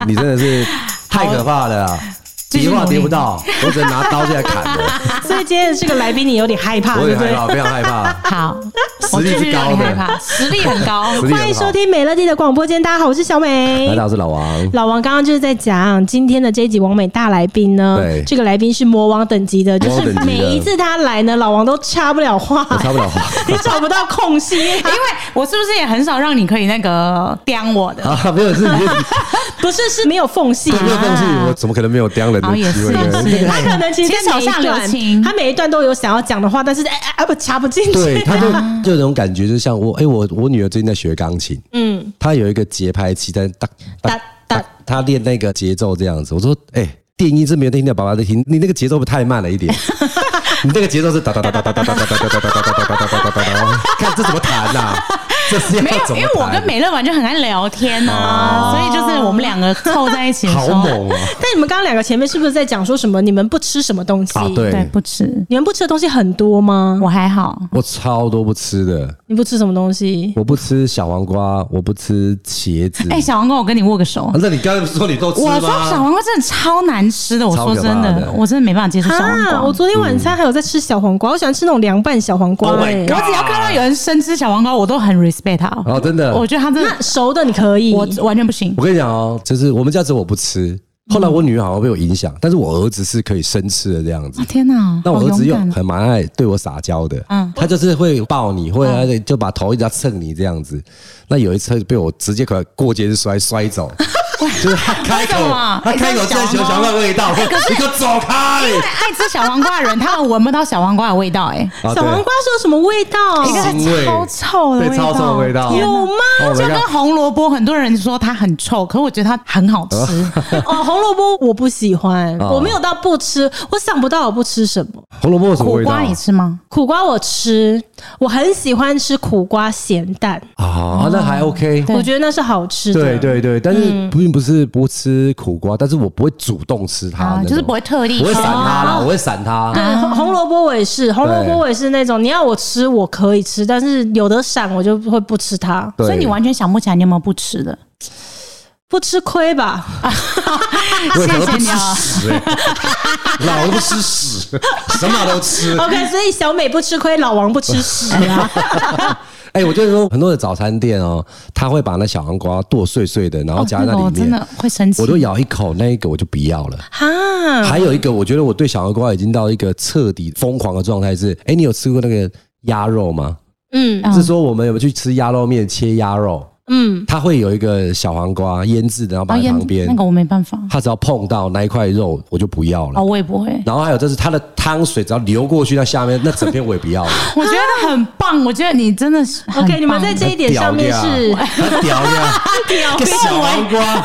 你真的是太可怕了啊！叠话叠不到，我只能拿刀进来砍的。 所以今天这个来宾你有点害怕， 我有点害怕，非常害怕。 好， 实力是高的， 实力很高。 欢迎收听美乐蒂的广播间，大家好，我是小美， 大家好，我是老王。 老王刚刚就是在讲今天的这一集王美大来宾呢，这个来宾是魔王等级的，就是每一次他来呢，老王都插不了话， 我插不了话， 你找不到空隙，因为我是不是也很少让你可以那个刁我的？ 啊，没有是你不是没有缝隙， 没有缝隙，我怎么可能没有刁人的机会呢？ 他可能其实手上留情， 他每一段都有想要讲的话，但是插不进去。 对，他就有种感觉，就像我女儿最近在学钢琴，她有一个节拍器在哒哒哒，她练那个节奏这样子。我说，电音是没有听到爸爸在听，你那个节奏不太慢了一点。你那个节奏是哒哒哒哒哒哒哒哒哒哒哒哒哒哒哒哒哒哒，看这怎么弹呐？这是要怎么弹？ 因为我跟美乐完就很爱聊天啊，所以就是我们两个凑在一起的时候， 好猛啊！ 但你们刚刚两个前面是不是在讲说什么？你们不吃什么东西？ 对， 不吃。 你们不吃的东西很多吗？ 我还好， 我超多不吃的。 你不吃什么东西？ 我不吃小黄瓜，我不吃茄子。 小黄瓜，我跟你握个手。 那你刚才说你都吃吗？ 我说小黄瓜真的超难吃的，我说真的，我真的没办法接受小黄瓜。 我昨天晚餐还有在吃小黄瓜，我喜欢吃那种凉拌小黄瓜。 我只要看到有人生吃小黄瓜，我都很 respect 他。 哦，真的， 我觉得他真的熟的你可以， 我完全不行。 我跟你讲哦，就是我们家只有我不吃。后来我女儿好像被我影响，但是我儿子是可以生吃的这样子。 天哪！ 那我儿子又很蛮爱对我撒娇的，他就是会抱你，会就把头一直要蹭你这样子。那有一次被我直接过街摔走。就是他开口在小黄瓜的味道，你给我走开！ 因为爱吃小黄瓜的人，他们闻不到小黄瓜的味道。 小黄瓜是有什么味道？ 一个超臭的味道， 超臭的味道， 有吗？ 就跟红萝卜，很多人说它很臭，可是我觉得它很好吃。 红萝卜我不喜欢，我没有到不吃，我想不到我不吃什么。 红萝卜有什么味道？ 苦瓜你吃吗？ 苦瓜我吃，我很喜欢吃苦瓜咸蛋啊，那还 OK， 我觉得那是好吃的。 对，但是并不是不吃苦瓜，但是我不会主动吃它， 就是不会特地， 我会闪它啦，我会闪它。 对，红萝卜我也是，红萝卜我也是那种你要我吃我可以吃，但是有的闪我就会不吃它。 所以你完全想不起来你有没有不吃的？ 不吃亏吧？ 谢谢你啊！老王不吃屎，什么都吃。 OK， 所以小美不吃亏，老王不吃屎啊。 我就是说很多的早餐店哦，他会把那小黄瓜剁碎碎的，然后加在那里面， 真的会生气。 我都咬一口，那一个我就不要了。还有一个，我觉得我对小黄瓜已经到一个彻底疯狂的状态是，你有吃过那个鸭肉吗？是说我们有没有去吃鸭肉面切鸭肉？它会有一个小黄瓜腌制的，然后摆在旁边。 那个我没办法， 它只要碰到那一块肉，我就不要了。 我也不会。 然后还有就是它的汤水只要流过去，那下面那整片我也不要了。 我觉得很棒，我觉得你真的是 OK。你们在这一点上面是屌小黄瓜。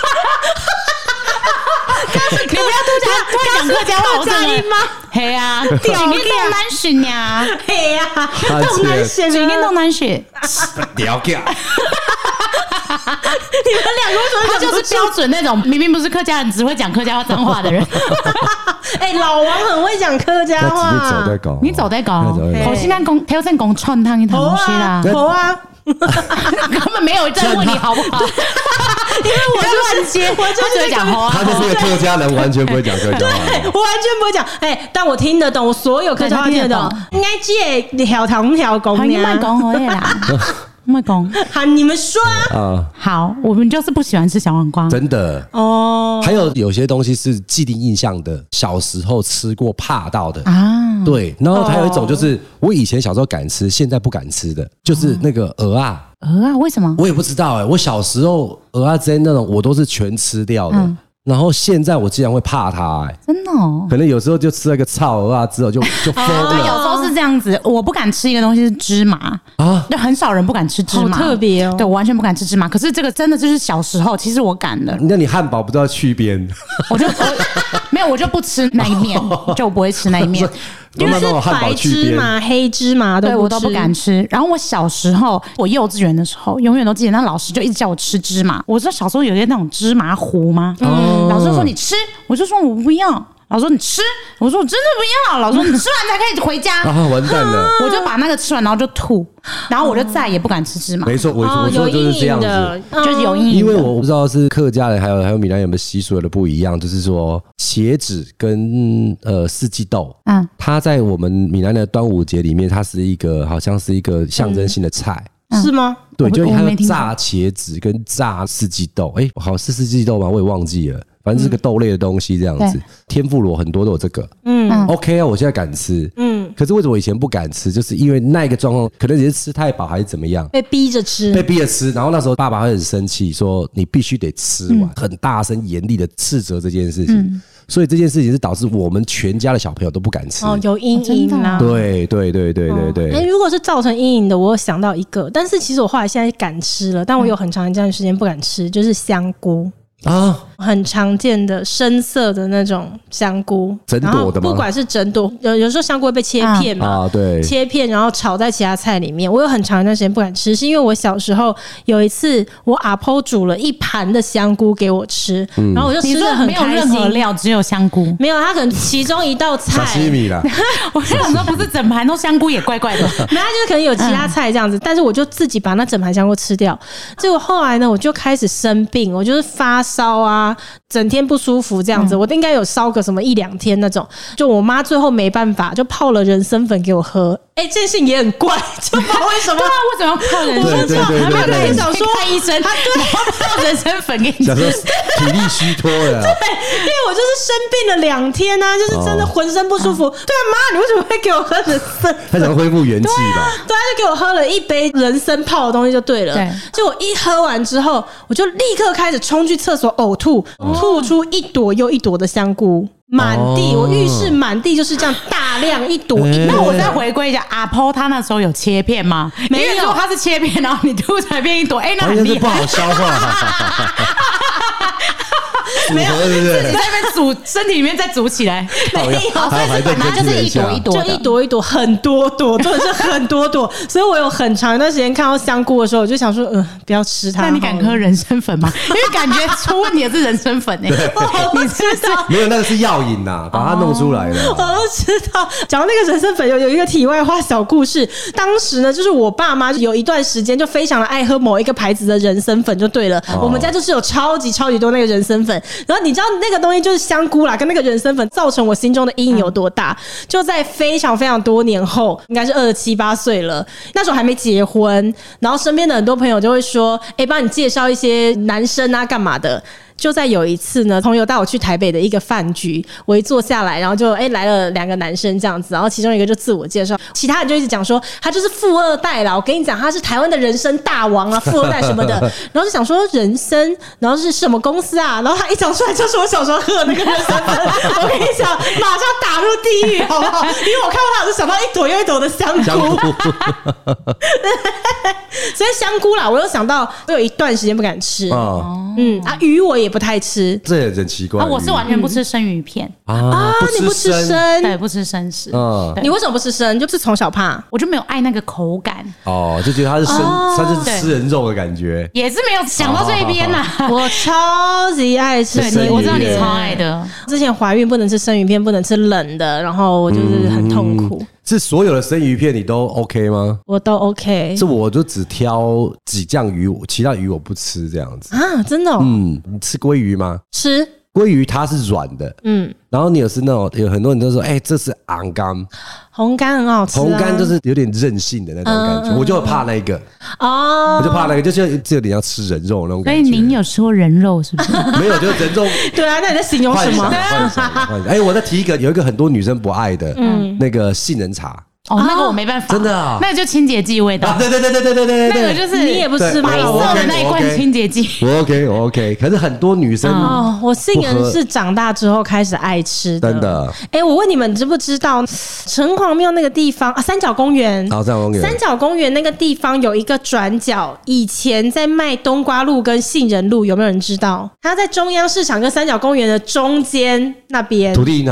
你不要突然讲客家话， 加音吗？ 嘿呀，屌东南选呀， 嘿呀，东南选， 水跟东南选， 屌屌。 你们两个为什么他就是标准那种明明不是客家人，只会讲客家话脏话的人。 老王很会讲客家话。 你走在搞，我现在讲，挑战讲串汤一堂东西啦。 好啊。 根本没有在问你好不好，因为我就乱接，我就会讲话。 他就是个客家人，完全不会讲客家话。 我完全不会讲，但我听得懂，我所有客家话听得懂。应该借条同条公， 你慢讲可以啦。麦公， 好，你们说啊。 好，我们就是不喜欢吃小黄瓜， 真的哦。还有些东西是既定印象的，小时候吃过怕到的啊。对，然后还有一种就是我以前小时候敢吃，现在不敢吃的，就是那个鹅啊。 鹅啊？为什么？ 我也不知道我小时候鹅啊之类那种，我都是全吃掉的。然后现在我竟然会怕它， 真的哦， 可能有时候就吃了个炒鹅啊之后就疯了。 对，有时候是这样子。我不敢吃一个东西是芝麻啊，就很少人不敢吃芝麻， 好特别哦。 对，我完全不敢吃芝麻。可是这个真的就是小时候，其实我敢的。 那你汉堡不都要去边？ 没有，我就不吃那一面，就不会吃那一面。 就是白芝麻、黑芝麻都我都不敢吃。然后我小时候，我幼稚园的时候，永远都记得那老师就一直叫我吃芝麻。我知道小时候有些那种芝麻糊吗？老师说你吃，我就说我不要。 老师说你吃，我说我真的不要。老师说你吃完才可以回家啊，完蛋了！ 我就把那个吃完，然后就吐，然后我就再也不敢吃芝麻。 没错，我说的就是这样子， 就是有阴影。 因为我不知道是客家人还有闽南有没有习俗的不一样，就是说茄子跟四季豆，它在我们闽南的端午节里面，它是一个好像是一个象征性的菜。 是吗？ 对，就它有炸茄子跟炸四季豆，好是四季豆吗？我也忘记了，反正是个豆类的东西这样子。天妇罗很多都有这个，OK 啊，我现在敢吃，可是为什么我以前不敢吃？就是因为那个状况，可能也是吃太饱还是怎么样， 被逼着吃， 然后那时候爸爸会很生气，说你必须得吃完，很大声严厉的斥责这件事情。所以这件事情是导致我们全家的小朋友都不敢吃有阴影啦。 对。 如果是造成阴影的，我有想到一个，但是其实我后来现在敢吃了，但我有很长一段时间不敢吃，就是香菇。很常见的深色的那种香菇， 整朵的吗？ 不管是整朵，有时候香菇会被切片嘛， 对， 切片然后炒在其他菜里面。我有很长一段时间不敢吃，是因为我小时候有一次，我阿婆煮了一盘的香菇给我吃，然后我就吃得很开心。 没有任何料，只有香菇。 没有，它可能其中一道菜。 沙西米啦。 我想说，不是整盘都香菇也怪怪的。 没有，它就是可能有其他菜这样子，但是我就自己把那整盘香菇吃掉。结果后来呢，我就开始生病，我就是发烧啊，整天不舒服这样子，我应该有烧个什么1-2天那种。就我妈最后没办法，就泡了人参粉给我喝。这件事情也很怪，就不知道为什么。 对啊，为什么要泡人参粉？ 他没有跟你讲说看医生，然后泡人参粉给你吃， 体力虚脱了。 对，因为我就是生病了2天啊，就是真的浑身不舒服。对啊，妈，你为什么会给我喝人参？ 他想恢复元气吧？ 对，他就给我喝了一杯人参泡的东西就对了。就我一喝完之后，我就立刻开始冲去厕所呕吐，吐出一朵又一朵的香菇。满地，我浴室满地就是这样大量一朵。 那我再回归一下，阿婆他那时候有切片吗？ 没有， 如果他是切片，然后你吐才变一朵，那很厉害， 不好消化。 没有，自己在那边煮，身体里面再煮起来。 没有， 它就是一朵一朵， 就一朵一朵，很多朵，真的是很多朵。所以我有很长一段时间看到香菇的时候，我就想说，不要吃它。 那你敢喝人参粉吗？因为感觉出问题的是人参粉你知道？ 没有，那个是药引呐，把它弄出来的。 我都知道。讲到那个人参粉，有一个题外话小故事。当时呢，就是我爸妈有一段时间就非常的爱喝某一个牌子的人参粉，就对了。我们家就是有超级多那个人参粉。然后你知道那个东西就是香菇啦，跟那个人参粉造成我心中的阴影有多大？就在非常非常多年后，应该是27、28岁了，那时候还没结婚，然后身边的很多朋友就会说：“帮你介绍一些男生啊，干嘛的？”就在有一次呢，朋友带我去台北的一个饭局，我一坐下来，然后就来了2个男生这样子，然后其中一个就自我介绍，其他人就一直讲说他就是富二代啦，我跟你讲他是台湾的人参大王啊，富二代什么的，然后就想说人参，然后是什么公司啊，然后他一讲出来就是我小时候喝的那个人参粉，我跟你讲马上打入地狱好不好？因为我看到他我就想到一朵又一朵的香菇所以香菇啦，我又想到我有一段时间不敢吃鱼我也不太吃， 这也很奇怪。 我是完全不吃生鱼片你不吃生？ 对，不吃生食。 你为什么不吃生？就是从小怕， 我就没有爱那个口感就觉得它是生，它是吃人肉的感觉， 也是没有想到这一边呐。 我超级爱吃生鱼片， 我知道你超爱的。 之前怀孕不能吃生鱼片，不能吃冷的，然后我就是很痛苦。 是所有的生鱼片你都 OK 吗？ 我都 OK， 是我就只挑几酱鱼，其他鱼我不吃这样子啊，真的你吃鲑鱼吗？ 吃鲑鱼它是软的，然后你有是那种有很多人都说，这是红干， 红干很好吃， 红干就是有点韧性的那种感觉，我就怕那个我就怕那个，就是有点像吃人肉那种感觉。 所以您有吃过人肉是不是？ 没有，就是人肉。 对啊，那你在形容什么？ 幻想。我再提一个，有一个很多女生不爱的，那个杏仁茶。 那个我没办法， 真的啊， 那个就清洁剂味道。 对， 那个就是你也不吃白色的那一罐清洁剂。 我 OK， 可是很多女生我杏仁是长大之后开始爱吃的， 真的。 我问你们，知不知道城隍庙那个地方三角公园？三角公园那个地方有一个转角，以前在卖冬瓜露跟杏仁露，有没有人知道？它在中央市场跟三角公园的中间那边。 土地银行。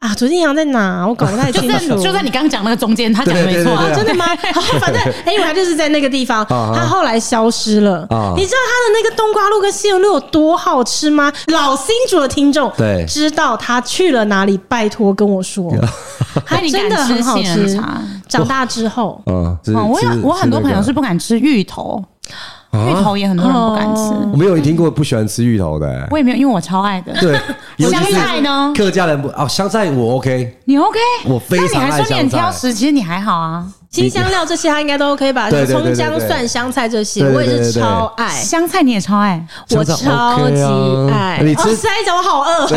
啊，左近洋在哪？我搞不太清楚。 就在你刚刚讲那个中间，他讲的没错。 真的吗？反正因为他就是在那个地方，他后来消失了。你知道他的那个冬瓜露跟西柚露有多好吃吗？老新竹的听众知道他去了哪里，拜托跟我说。他真的很好吃。长大之后， 我很多朋友是不敢吃芋头。芋头也很多人不敢吃， 我没有听过不喜欢吃芋头的， 我也没有，因为我超爱的。 对， 香菜呢？ 客家人不香菜我 OK， 你 OK？ 我非常爱香菜。 那你还说你很挑食，其实你还好啊。 辛香料这些他应该都 OK 吧？葱姜蒜香菜这些，我也是超爱。 香菜你也超爱， 我超级爱。 你吃塞一讲我好饿。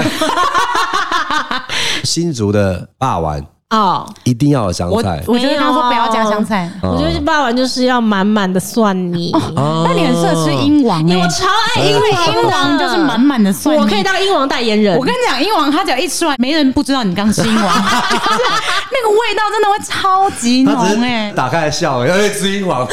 新竹的霸丸。一定要有香菜。 我觉得刚刚说不要加香菜， 我觉得霸王就是要满满的蒜泥。 那你很适合吃鹰王， 我超爱鹰王，就是满满的蒜泥。 我可以当鹰王代言人。 我跟你讲，鹰王他只要一吃完，没人不知道你刚吃鹰王，那个味道真的会超级浓哎！ 打开来笑，要吃鹰王。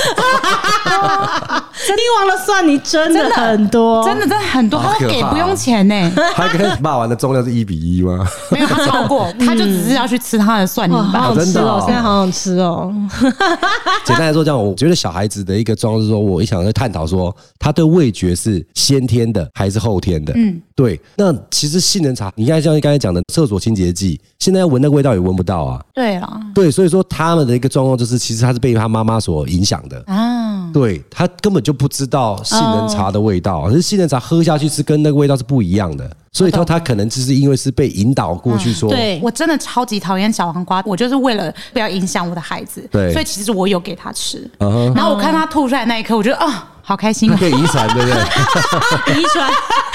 鹰王的蒜泥真的很多， 真的很多，他给不用钱呢。 他跟霸王的重量是1:1吗？ 没有，他超过，他就只是要去吃他的蒜泥吧。 好吃哦，现在好想吃哦。 简单来说，这样我觉得小孩子的一个状况是说，我一想在探讨说，他的味觉是先天的还是后天的？对。那其实杏仁茶，你看像刚才讲的厕所清洁剂，现在要闻那个味道也闻不到啊。 对啊， 对，所以说他们的一个状况就是，其实他是被他妈妈所影响的啊。对，他根本就不知道杏仁茶的味道，可是杏仁茶喝下去是跟那个味道是不一样的。所以他可能就是因为是被引导过去说， 对，我真的超级讨厌小黄瓜，我就是为了不要影响我的孩子， 对， 所以其实我有给他吃，然后我看他吐出来那一刻，我觉得好开心， 可以遗传，对不对？ 遗传。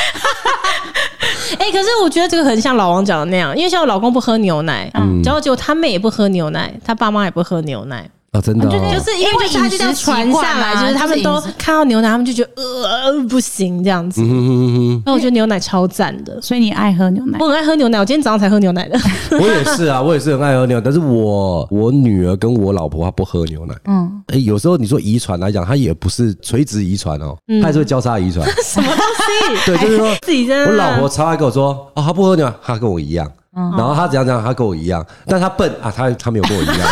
可是我觉得这个很像老王讲的那样，因为像我老公不喝牛奶，结果他妹也不喝牛奶，他爸妈也不喝牛奶。 真的就是因为他就这样传下来，就是他们都看到牛奶，他们就觉得不行这样子。那我觉得牛奶超赞的， 所以你爱喝牛奶？ 我很爱喝牛奶，我今天早上才喝牛奶的。 我也是啊，我也是很爱喝牛奶，但是我女儿跟我老婆她不喝牛奶。有时候你说遗传来讲，她也不是垂直遗传哦，她还是会交叉遗传。 什么东西？ 对，就是说自己真的。 我老婆超爱跟我说，她不喝牛奶，她跟我一样。然后她怎样，她跟我一样，但她笨啊，她没有跟我一样。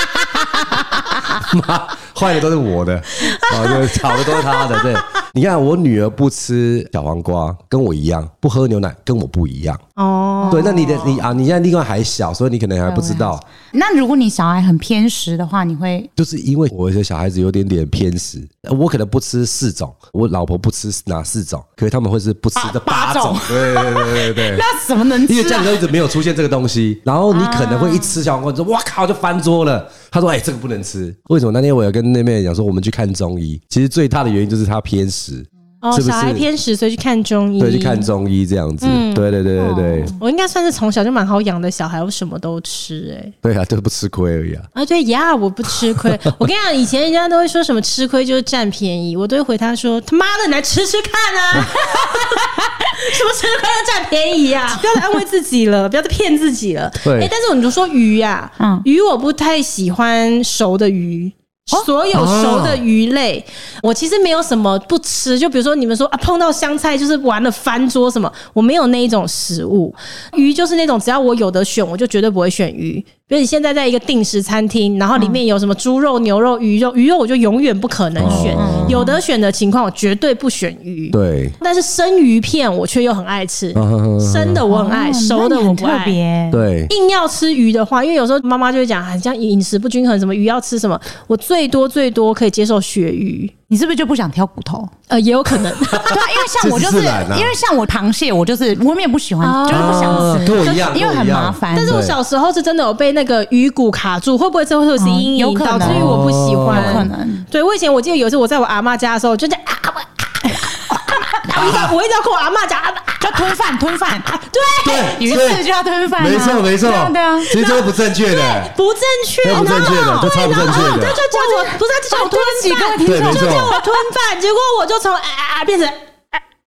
妈，坏的都是我的，吵的都是他的。对，你看我女儿不吃小黄瓜，跟我一样；不喝牛奶，跟我不一样。对，那你现在另外还小，所以你可能还不知道。 那如果你小孩很偏食的话，你会就是因为我的小孩子有点偏食，我可能不吃4种，我老婆不吃哪4种，可是他们会是不吃的8种。对。 那怎么能吃？ 因为家里头一直没有出现这个东西，然后你可能会一吃小黄瓜，你说哇靠，就翻桌了。他说这个不能吃。为什么？那天我有跟那妹讲说，我们去看中医，其实最大的原因就是他偏食。是不是小孩偏食，所以去看中医。 对，去看中医这样子。对。 我应该算是从小就蛮好养的小孩，我什么都吃对啊，就不吃亏而已啊。 对呀，我不吃亏。我跟你讲，以前人家都会说什么吃亏就是占便宜，我都会回他说他妈的，你来吃吃看啊！什么吃亏就占便宜啊？不要再安慰自己了，不要再骗自己了。 对。 但是你就说鱼啊，鱼我不太喜欢熟的鱼。所有熟的鱼类，我其实没有什么不吃。就比如说你们说碰到香菜就是完了翻桌什么，我没有那一种食物。鱼就是那种只要我有得选，我就绝对不会选鱼。比如你现在在一个定时餐厅，然后里面有什么猪肉、牛肉、鱼肉，我就永远不可能选。有得选的情况，我绝对不选鱼。 对。 但是生鱼片我却又很爱吃，生的我很爱，熟的我不爱。 对。 硬要吃鱼的话，因为有时候妈妈就会讲，很像饮食不均衡，什么鱼要吃什么，我最多可以接受鳕鱼。 你是不是就不想挑骨头？ 也有可能。对啊，因为像我就是，因为像我螃蟹，我也不喜欢，就是不想吃， 跟我一样， 因为很麻烦。 但是我小时候是真的有被那个鱼骨卡住，会不会这会是阴影，导致于我不喜欢？ 有可能。 对，我以前我记得有一次我在我阿嬷家的时候，就在我一直要跟我阿嬷讲， 叫吞饭。 对， 鱼刺就要吞饭。 没错。 对啊， 其实这个不正确的， 不正确， 这超不正确的。 他就叫我，不是他就叫我吞饭， 对，没错， 就叫我吞饭，结果我就从变成。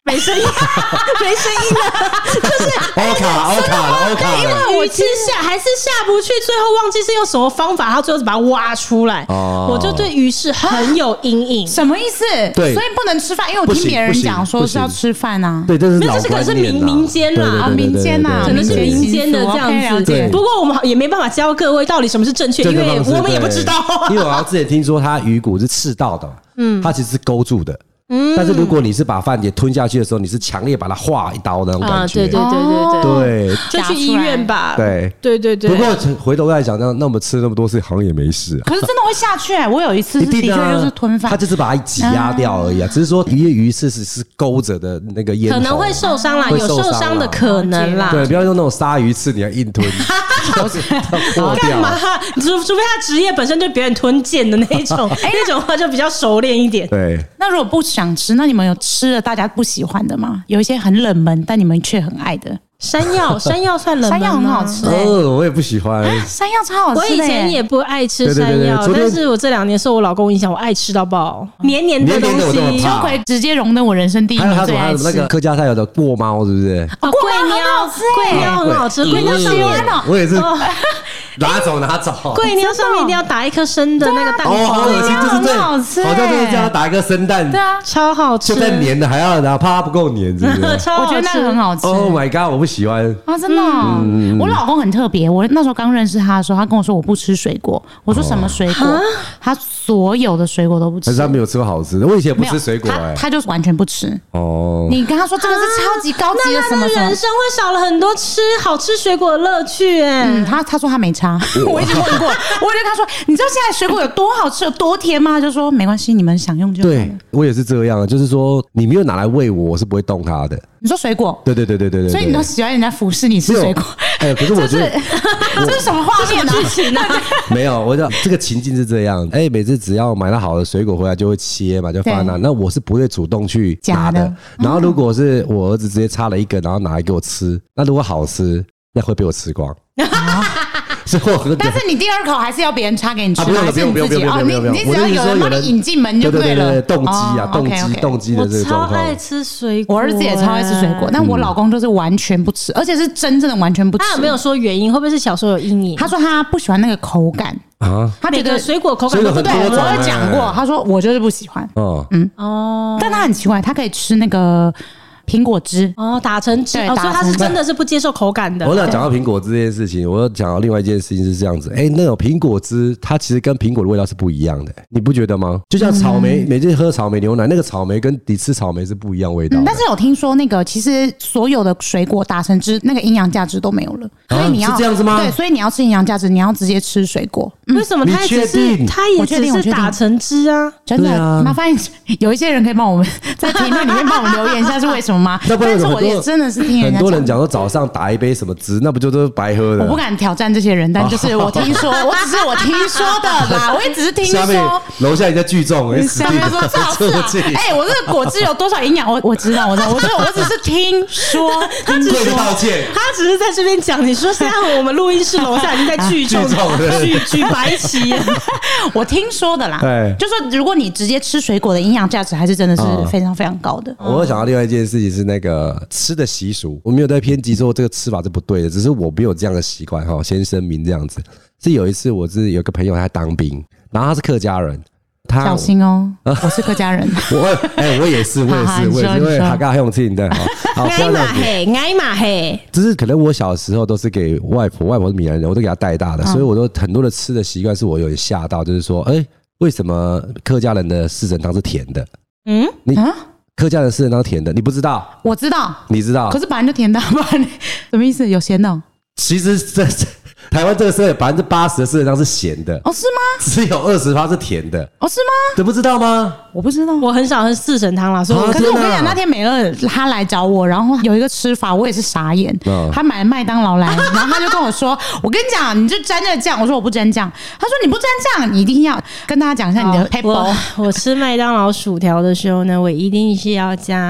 没声音，没声音了，就是欧卡因为我其实还是下不去，最后忘记是用什么方法，他最后是把它挖出来。我就对鱼市很有阴影。 什么意思？ 对， 所以不能吃饭，因为我听别人讲说是要吃饭啊。 对，这是老观念啊。 这可能是民间啦， 民间呐， 可能是民间的这样子。不过我们也没办法教各位到底什么是正确，因为我们也不知道。 因为我之前听说它鱼骨是赤道的，它其实是勾住的。但是如果你是把饭碟吞下去的时候，你是强烈把它划一刀那种感觉，对， 就去医院吧。对。 不过回头再讲，那我们吃那么多次好像也没事。 可是真的会下去，我有一次的确就是吞饭， 它就是把它挤压掉而已啊，只是说鱼刺是勾着的那个咽头， 可能会受伤啦，有受伤的可能啦。 对，不要用那种鲨鱼刺，你要硬吞。 干嘛？除非他职业本身就别人吞剑的那一种，那种话就比较熟练一点。 对。 那如果不想吃，那你们有吃了大家不喜欢的吗？有一些很冷门，但你们却很爱的。山药算冷门吗？山药很好吃我也不喜欢。 山药超好吃。 我以前也不爱吃山药，但是我这2年受我老公影响，我爱吃到爆，黏黏的东西。 秋葵直接荣登我人生第1名最爱吃。 那个客家菜有的过猫，是不是？ 桂鸟很好吃，桂鸟上面我也是。拿走， 桂鸟上面一定要打一颗生的那个蛋黄， 好恶心，就是好吃， 好像就是这样打一个生蛋， 对啊，超好吃， 就在黏的还要怕它不够黏，是不是？ 我觉得那个很好吃。 Oh my god， 我不喜欢啊，真的。我老公很特别，我那时候刚认识他的时候，他跟我说我不吃水果，我说什么水果？他所有的水果都不吃， 可是他没有吃过好吃的。我以前不吃水果， 他就完全不吃。你跟他说这个是超级高级的什么什么， 人生会少了很多好吃水果的乐趣。 他说他没差。我已经问过，我就跟他说，你知道现在水果有多好吃，有多甜吗？他就说没关系，你们想用就好了。 对，我也是这样，就是说你没有拿来喂我，我是不会动它的。 你说水果？ 对， 所以你都喜欢人家俯视你吃水果？ 可是我觉得这是什么画面剧情啊？ 没有，我讲这个情境是这样，每次只要买到好的水果回来就会切嘛，就放那，那我是不会主动去拿的。然后如果是我儿子直接插了一根，然后拿来给我吃，那如果好吃，那会被我吃光。但是你第2口还是要别人插给你吃， 不用，你只要有人帮你引进门就对了。 动机的这个状况。 我超爱吃水果， 我儿子也超爱吃水果，但我老公就是完全不吃，而且是真正的完全不吃。 他有没有说原因？会不会是小时候有阴影？ 他说他不喜欢那个口感啊，他觉得水果口感都不对。 我有讲过，他说我就是不喜欢。但他很奇怪，他可以吃那个苹果汁打成汁，所以他是真的是不接受口感的。 我想讲到苹果汁这件事情，我要讲到另外一件事情是这样子，那种苹果汁它其实跟苹果的味道是不一样的，你不觉得吗？就像草莓，每次喝草莓牛奶，那个草莓跟你吃草莓是不一样味道。 但是有听说那个其实所有的水果打成汁，那个营养价值都没有了，所以你要是这样子吗？ 对，所以你要吃营养价值，你要直接吃水果。 为什么？它也只是打成汁啊？ 真的，麻烦有一些人可以帮我们在评论里面帮我们留言一下是为什么吗？但是我也真的是听人家很多人讲说早上打一杯什么汁，那不就都是白喝的？ 我不敢挑战这些人，但就是我听说，只是我听说的啦，我也只是听说。 下面楼下你在聚众， 下面说最好是我这个果汁有多少营养？我知道，我只是听说， 他只是道歉， 他只是在这边讲。你说现在我们录音室楼下已经在聚众举白旗， 我听说的啦。就说如果你直接吃水果的营养价值，还是真的是非常非常高的。 我想到另外一件事情是那个吃的习俗，我没有在偏激说这个吃法是不对的，只是我没有这样的习惯哈，先声明这样子。是有一次我是有个朋友他当兵，然后他是客家人， 小心哦，我是客家人， 我也是，因为客家用听的， 挨马嘿， 只是可能我小时候都是给外婆是闽南人，我都给她带大的，所以我都很多的吃的习惯是我有点吓到，就是说，为什么客家人的四神汤是甜的？客家人四神汤甜的，你不知道？我知道，你知道？可是本来就甜的，不然什么意思？有咸的？其实台湾这个社会80%的四神汤是咸的哦，是吗？只有20%是甜的哦，是吗？你不知道吗？我不知道，我很少喝四神汤啦，所以可是我跟你讲，那天美乐他来找我，然后有一个吃法，我也是傻眼。他买了麦当劳来，然后他就跟我说：“我跟你讲，你就沾这个酱。”我说：“我不沾酱。”他说：“你不沾酱，你一定要跟大家讲一下你的 paper。”我吃麦当劳薯条的时候呢，我一定是要加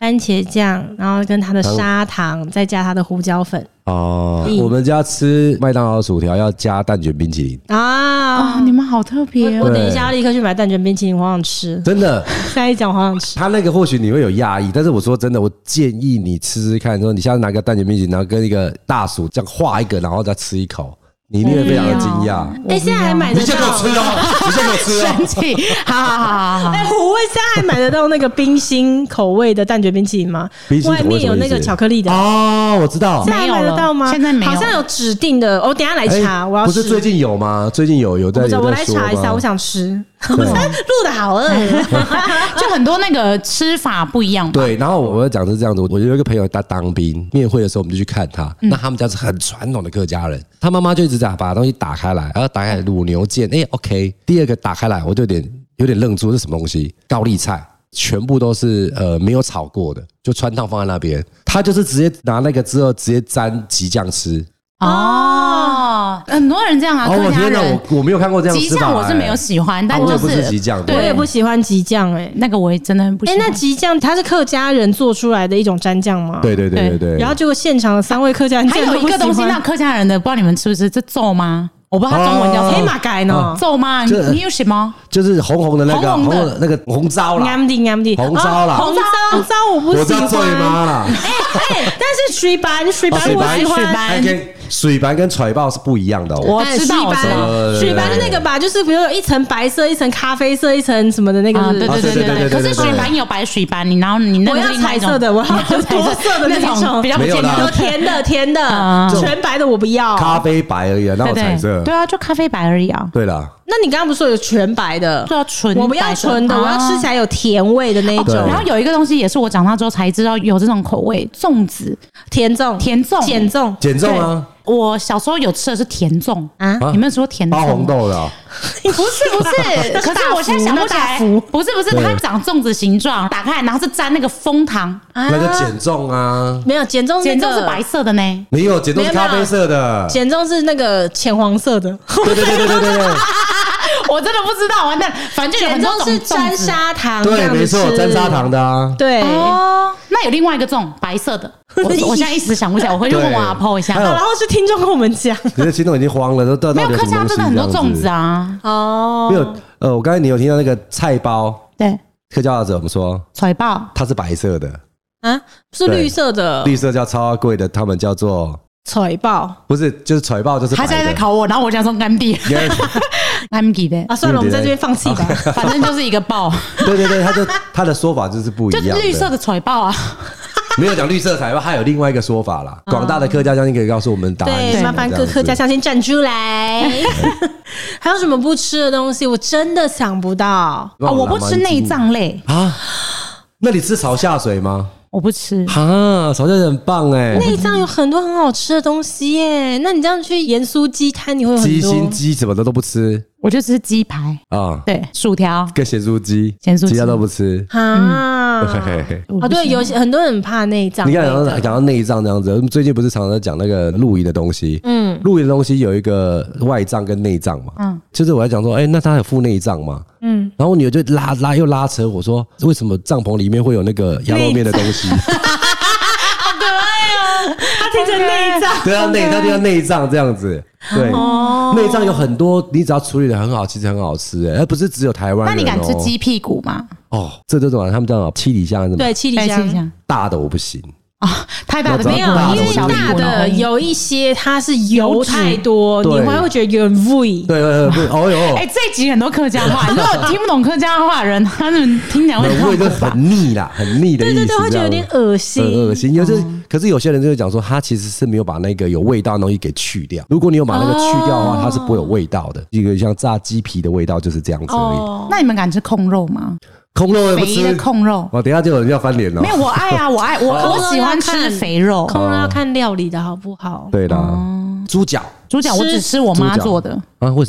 番茄酱，然后跟它的砂糖，再加它的胡椒粉。 哦，我们家吃麦当劳薯条要加蛋卷冰淇淋啊！ 你们好特别哦！ 我等一下要立刻去买蛋卷冰淇淋，我想吃。 真的， 现在一讲我好想吃。 他那个或许你会有讶异，但是我说真的，我建议你吃吃看，说你下次拿个蛋卷冰淇淋，然后跟一个大薯这样画一个，然后再吃一口。你一定会非常的惊讶。 现在还买得到？ 你先给我吃哦！你先给我吃哦！ 生气，好。 虎味现在还买得到那个冰心口味的蛋卷冰淇淋吗？外面有那个巧克力的哦，我知道。 现在还买得到吗？ 现在没有， 好像有指定的。我等一下来查，我要不是最近有吗？最近有在说吗？ 我来查一下，我想吃。我录的好饿， 就很多那个吃法不一样。 对，然后我要讲的是这样子，我有一个朋友他当兵，面会的时候我们就去看他。那他们家是很传统的客家人，他妈妈就一直在把东西打开来，然后打开卤牛腱，OK。第二个打开来，我就有点愣住，是什么东西？高丽菜。全部都是没有炒过的，就穿烫放在那边。他就是直接拿那个之后直接沾鸡酱吃。 哦，很多人这样啊。 哦，我天哪，我没有看过这样吃法。 鸡酱我是没有喜欢，但就是不是鸡酱， 我也不喜欢鸡酱。 那个我也真的很不喜欢。 那鸡酱它是客家人做出来的一种蘸酱吗？ 对。 然后结果现场的3位客家人还有一个东西，那客家人的不知道你们吃不吃？这皱吗？我不知道它中文叫什么， 黑马改呢？ 皱吗？你有什么？ 就是红红的那个，红的那个红糟啦，红糟啦， 红糟我不喜欢。 醉吗啦？ 但是水板我喜欢。 水板跟揣爆是不一样的哦。 我知道水板是那个吧，就是比如有一层白色、一层咖啡色、一层什么的那个。 对。可是水板有白水板，然后你那个是另外一种， 我要多色的那种， 比较不健康。 甜的，全白的我不要。 咖啡白而已，然后彩色。 对啊，就咖啡白而已啊。 对了。 那你刚刚不是说有全白的？ 对啊，纯。 我不要纯的，我要吃起来有甜味的那一种。 然后有一个东西也是我长大之后才知道有这种口味，粽子， 甜粽、碱粽啊。 我小时候有吃的是甜粽啊，你们说甜粽？ 包红豆的？ 不是，可是我现在想不起来，不是，它长粽子形状，打开来然后是沾那个枫糖， 那个碱粽啊， 没有碱粽是白色的呢， 没有碱粽是咖啡色的， 碱粽是那个浅黄色的， 对。 我真的不知道，完蛋，反正有很多种是沾砂糖， 对，没错，沾砂糖的啊， 对。 那有另外一个粽，白色的，我现在一时想不起来，我回去问我阿婆一下。 然后是听众跟我们讲， 可是听众已经慌了，都没有客家真的很多粽子啊。 哦， 没有，我刚才你有听到那个菜包， 对， 客家话怎么说？ 菜包， 它是白色的啊，是绿色的， 绿色叫超贵的，他们叫做菜包， 不是，就是菜包就是白的。 他现在在考我，然后我讲说干弟。I'm g 的啊，算了，我们在这边放弃吧， 反正就是一个爆。 对，他的说法就是不一样， 就绿色的彩爆啊， 没有讲绿色彩爆，还有另外一个说法啦。广大的客家乡亲可以告诉我们答案。 对，麻烦各客家乡亲站出来。还有什么不吃的东西？我真的想不到。 我不吃内脏类啊。 那你吃潮下水吗？ 我不吃啊，潮下水很棒哎。 内脏有很多很好吃的东西耶。那你这样去盐酥鸡摊，你会有很多鸡心鸡什么的都不吃。 我就吃鸡排啊，对，薯条跟咸酥鸡，其他都不吃啊。对，有很多人怕内脏。 你看，讲到内脏这样子，最近不是常常在讲那个露营的东西？露营的东西有一个外脏跟内脏嘛。就是我在讲说，那他有附内脏吗？然后我女儿就拉扯我说，为什么帐篷里面会有那个鸭肉面的东西？ 好可爱哦，他听成内脏， 对啊，他听成内脏这样子。对，内脏有很多，你只要处理的很好，其实很好吃而不是只有台湾人。 那你敢吃鸡屁股吗？ 这种他们叫七里香， 对，七里香大的我不行。 太大的没有，因为大的有一些它是油太多，你会觉得有点味。 对，哦哟， 这一集很多客家话，如果听不懂客家话的人，他们听起来会味就很腻啦，很腻的意思。 对，会觉得有点恶心， 很恶心。可是有些人就会讲说，他其实是没有把那个有味道的东西给去掉。如果你有把那个去掉的话，它是不会有味道的。一个像炸鸡皮的味道就是这样子而已。 那你们敢吃控肉吗？ 控肉也不吃， 肥的控肉， 等一下就有人要翻脸了。 没有，我爱啊，我喜欢吃肥肉。 控肉要看料理的好不好？ 对啦，猪脚我只吃我妈做的啊？为什么？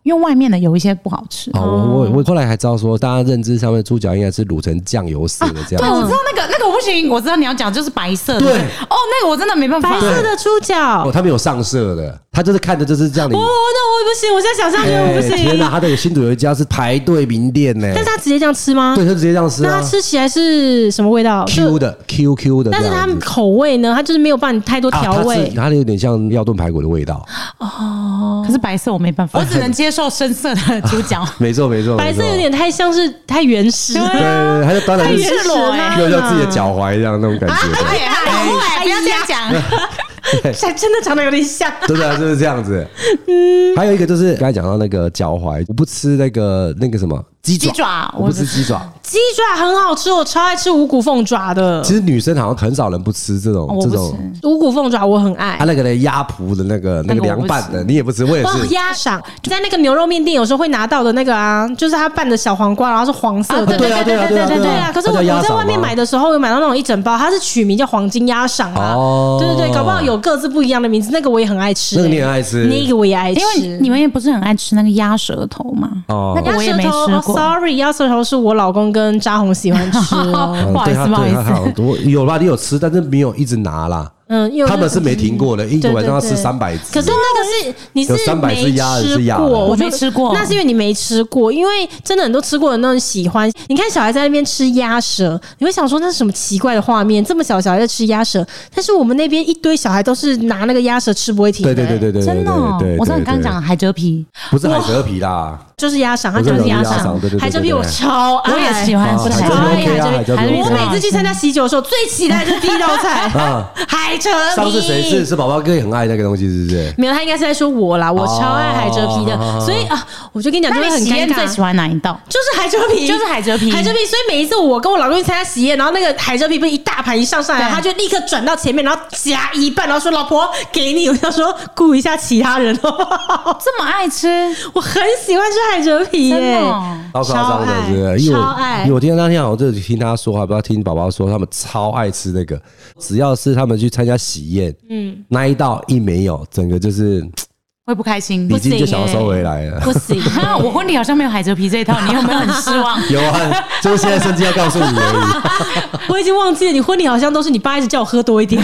因为外面的有一些不好吃。 我后来还知道说，大家认知上面猪脚应该是卤成酱油色的这样。 对，我知道那个我不行，我知道你要讲就是白色的。 对， 那个我真的没办法。 白色的猪脚， 他没有上色的，他就是看的就是这样的。 那我不行，我现在想象觉得我不行。 天哪，他的新竹有一家是排队名店呢。 但是他直接这样吃吗？ 对，他直接这样吃啊。 那他吃起来是什么味道 ？Q 的 ，QQ 的。 但是他口味呢？他就是没有帮你太多调味， 它有点像药炖排骨的味道。 可是白色我没办法，我只能接受深色的猪脚。 没错， 白色有点太像是太原始， 对，他就当然是赤裸， 有像自己的脚踝这样那种感觉。 不要这样讲。 真的长得有点像， 真的就是这样子。还有一个就是刚才讲到那个脚踝，我不吃那个什么鸡爪，我不吃鸡爪。 鸡爪很好吃，我超爱吃五谷凤爪的。 其实女生好像很少人不吃这种五谷凤爪，我很爱。 那个鸭脯的那个凉拌的，你也不吃，我也是。 鸭赏在那个牛肉面店有时候会拿到的那个啊，就是他拌的小黄瓜，然后是黄色的。 对啊。可是我在外面买的时候有买到那种一整包，它是取名叫黄金鸭赏啊。对，搞不好有各自不一样的名字。那个我也很爱吃， 那个你很爱吃， 那个我也爱吃。 因为你们也不是很爱吃那个鸭舌头嘛？那个我也没吃过。 Sorry， 鸭舌头是我老公跟扎红喜欢吃。 不好意思，不好意思。 有吧？你有吃，但是没有一直拿啦。他们是没停过的，一个晚上要吃300只。 可是那个是你是没吃过， 我没吃过。 那是因为你没吃过，因为真的很多吃过的那种喜欢。你看小孩在那边吃鸭舌，你会想说那是什么奇怪的画面？这么小小孩在吃鸭舌，但是我们那边一堆小孩都是拿那个鸭舌吃不会停的。 对， 真的。我知道你刚刚讲海蜇皮， 不是海蜇皮啦。 就是鸭赏，它就是鸭赏。海蜇皮我超爱， 我也喜欢吃海蜇皮。我每次去参加喜酒的时候，最期待就是第一道菜海蜇皮。 上次谁是宝宝哥也很爱那个东西，是不是？ 没有，他应该是在说我啦，我超爱海蜇皮的，所以我就跟你讲，就会很尴尬。 最喜欢哪一道？ 就是海蜇皮， 就是海蜇皮。 所以每一次我跟我老公去参加喜宴，然后那个海蜇皮不是一大盘一上来，他就立刻转到前面，然后夹一半，然后说：“老婆，给你。”我想说顾一下其他人哦， 这么爱吃， 我很喜欢吃海蜇皮耶。 超夸张的，是不是？因为我听那天好像就听他说，还不知道听宝宝说，他们超爱吃那个。只要是他们去参加喜宴，那一道一没有，整个就是会不开心， 礼金就想要收回来了。 不行， 我婚礼好像没有海蜇皮这一套，你有没有很失望？ 有啊，就是现在甚至要告诉你而已。 我已经忘记了，你婚礼好像都是你爸一直叫我喝多一点。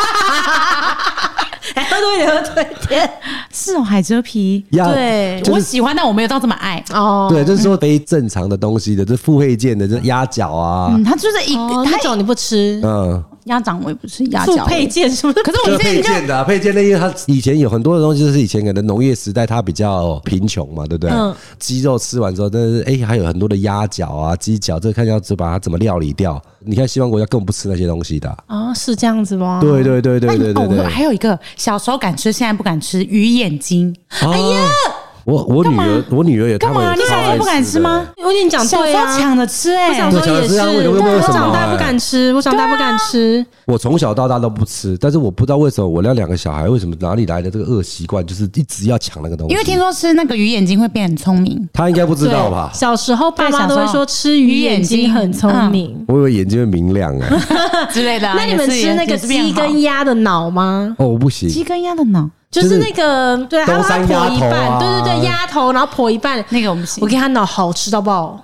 喝多一点。 是哦，海蜇皮， 对， 我喜欢，但我没有到这么爱哦。对，就是说非正常的东西的，这附配件的，这鸭脚啊， 它就是那种你不吃， 鸭掌我也不吃，鸭脚配件是不是？ 可是我配件的配件，那因为它以前有很多的东西，就是以前可能农业时代它比较贫穷嘛，对不对？鸡肉吃完之后，但是还有很多的鸭脚啊、鸡脚，这看要把它怎么料理掉。你看西方国家根本不吃那些东西的啊，是这样子吗？ 对。 还有一个小时候敢吃，现在不敢吃鱼眼睛。 哎呀！ 我女儿也干嘛？你小时候不敢吃吗？ 我跟你讲， 小时候抢着吃我小时候也是，我长大不敢吃，我长大不敢吃。 我从小到大都不吃，但是我不知道为什么我那2个小孩为什么哪里来的这个恶习惯，就是一直要抢那个东西。 因为听说吃那个鱼眼睛会变很聪明， 他应该不知道吧？ 小时候爸妈都会说吃鱼眼睛很聪明， 我以为眼睛会明亮之类的。 那你们吃那个鸡跟鸭的脑吗？ 我不行， 鸡跟鸭的脑。 就是那个，对，他剖一半，对，鸭头，然后剖一半， 那个我们行。 我给他脑好吃到爆，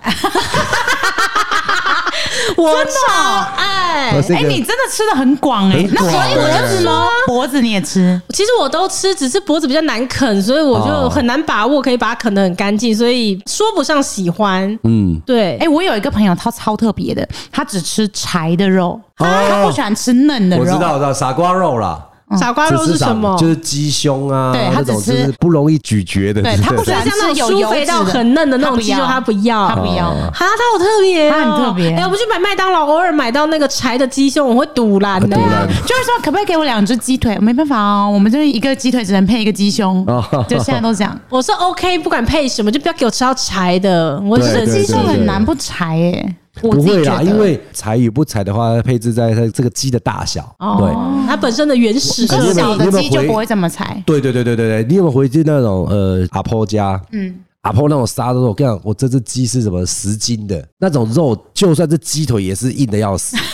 我超爱。 你真的吃的很广那所以我就说脖子你也吃， 其实我都吃，只是脖子比较难啃，所以我就很难把握可以把它啃得很干净，所以说不上喜欢。对。 我有一个朋友，他超特别的，他只吃柴的肉，他不喜欢吃嫩的肉。 我知道，傻瓜肉啦。 傻瓜肉是什么？ 就是鸡胸啊， 对，他只吃不容易咀嚼的。 对，他不喜欢吃像那种酥肥到很嫩的那种鸡肉，他不要。 他好特别， 他很特别。 我们去买麦当劳，偶尔买到那个柴的鸡胸，我会堵拦的。 就是说，可不可以给我2只鸡腿？没办法哦，我们就是一个鸡腿只能配一个鸡胸，就现在都这样。 我说 OK， 不管配什么，就不要给我吃到柴的。我觉得鸡胸很难不柴不会啦，因为柴与不柴的话，配置在它这个鸡的大小，对， 它本身的原始小的鸡就不会这么柴。 对，你有没有回去那种阿婆家？阿婆那种杀的肉，我跟你讲，我这只鸡是什么10斤的那种肉，就算是鸡腿也是硬的要死。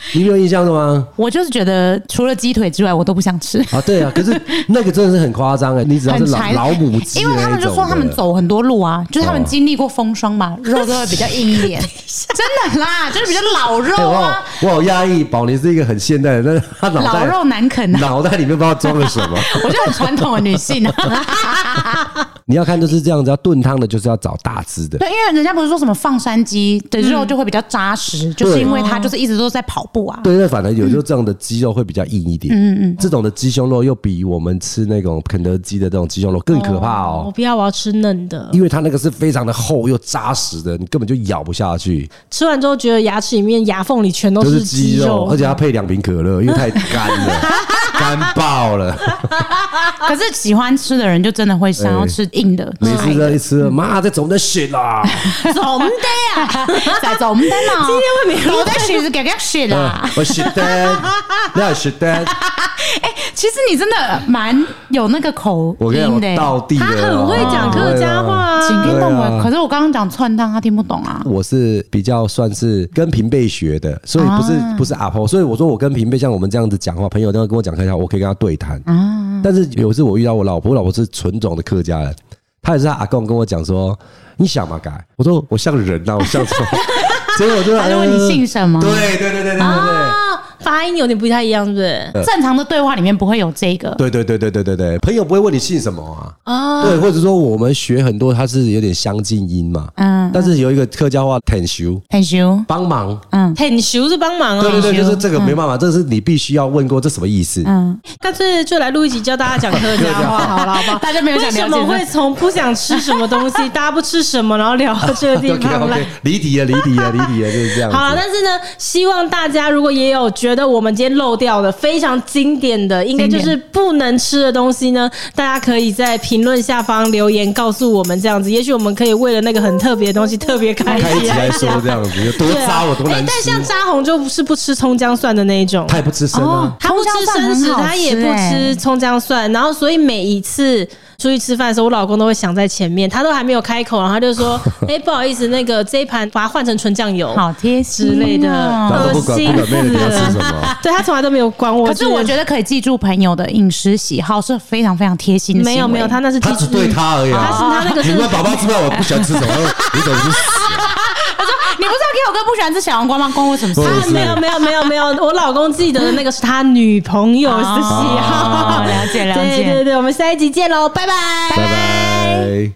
你没有印象的吗？ 我就是觉得除了鸡腿之外，我都不想吃啊。对啊，可是那个真的是很夸张你只要是老母鸡， 因为他们就说他们走很多路啊，就是他们经历过风霜嘛，肉都会比较硬一点。真的啦，就是比较老肉啊。 我好压抑，宝妮是一个很现代的，但是他脑袋老肉难啃啊， 脑袋里面不知道装了什么。 我就很传统的女性啊。 你要看就是这样子，要炖汤的，就是要找大只的。 对，因为人家不是说什么放山鸡的肉就会比较扎实，就是因为它就是一直都在跑步啊。 对，那反而有时候这样的鸡肉会比较硬一点。这种的鸡胸肉又比我们吃那种肯德基的这种鸡胸肉更可怕哦。 我不要，我要吃嫩的， 因为它那个是非常的厚又扎实的，你根本就咬不下去。 吃完之后觉得牙齿里面牙缝里全都是鸡肉， 而且要配2瓶可乐，因为太干了，干爆了。 可是喜欢吃的人就真的会想要吃硬的。 每次在一吃，妈在总在选啦， 总得啊，在总得嘛。 今天我在选是给选啦， 我选的，你也选的。 其实你真的蛮有那个口音的， 道地的， 他很会讲客家话啊。 请听懂我，可是我刚刚讲串汤，他听不懂啊。 我是比较算是跟平辈学的，所以不是阿婆，所以我说我跟平辈像我们这样子讲话，朋友都要跟我讲客家话，我可以跟他对谈。但是有一次我遇到我老婆是纯种的客家人，她也是阿公跟我讲说，你想嘛改？我说我像人啊，我像什么？所以我就他就问你姓什么？ 对。 发音有点不太一样，是不是？ 正常的对话里面不会有这个。 对，朋友不会问你姓什么啊？对，或者说我们学很多，它是有点相近音嘛。但是有一个客家话，很熟，帮忙， 很熟是帮忙啊。 对，就是这个没办法，这是你必须要问过这什么意思。 干脆就来录一集教大家讲客家话好了，好不好？ 大家没有想了解， 为什么会从不想吃什么东西，大家不吃什么，然后聊到这个地方来？ 离题了，就是这样。 好了，但是呢，希望大家如果也有觉得我们今天漏掉的非常经典的，应该就是不能吃的东西呢，大家可以在评论下方留言告诉我们，这样子，也许我们可以为了那个很特别的东西特别开起来说这样子，有多糟有多难吃。 但像扎红就是不吃葱姜蒜的那一种， 他也不吃生啊， 他不吃生食，他也不吃葱姜蒜，然后所以每一次出去吃饭的时候，我老公都会想在前面，他都还没有开口，然后他就说：“不好意思，那个这一盘把它换成纯酱油， 好贴心之类的。” 恶心死了！ 对他从来都没有管我。 可是我觉得可以记住朋友的饮食喜好是非常非常贴心的。 没有，他那是他只对他而已。 他那个是你们宝宝知道我不喜欢吃什么，你怎么去死？ 他说：“你不是要给我哥不喜欢吃小黄瓜吗？关我什么事？” 没有，我老公记得的那个是他女朋友的喜好。 了解。 对，我们下一集见喽，拜拜。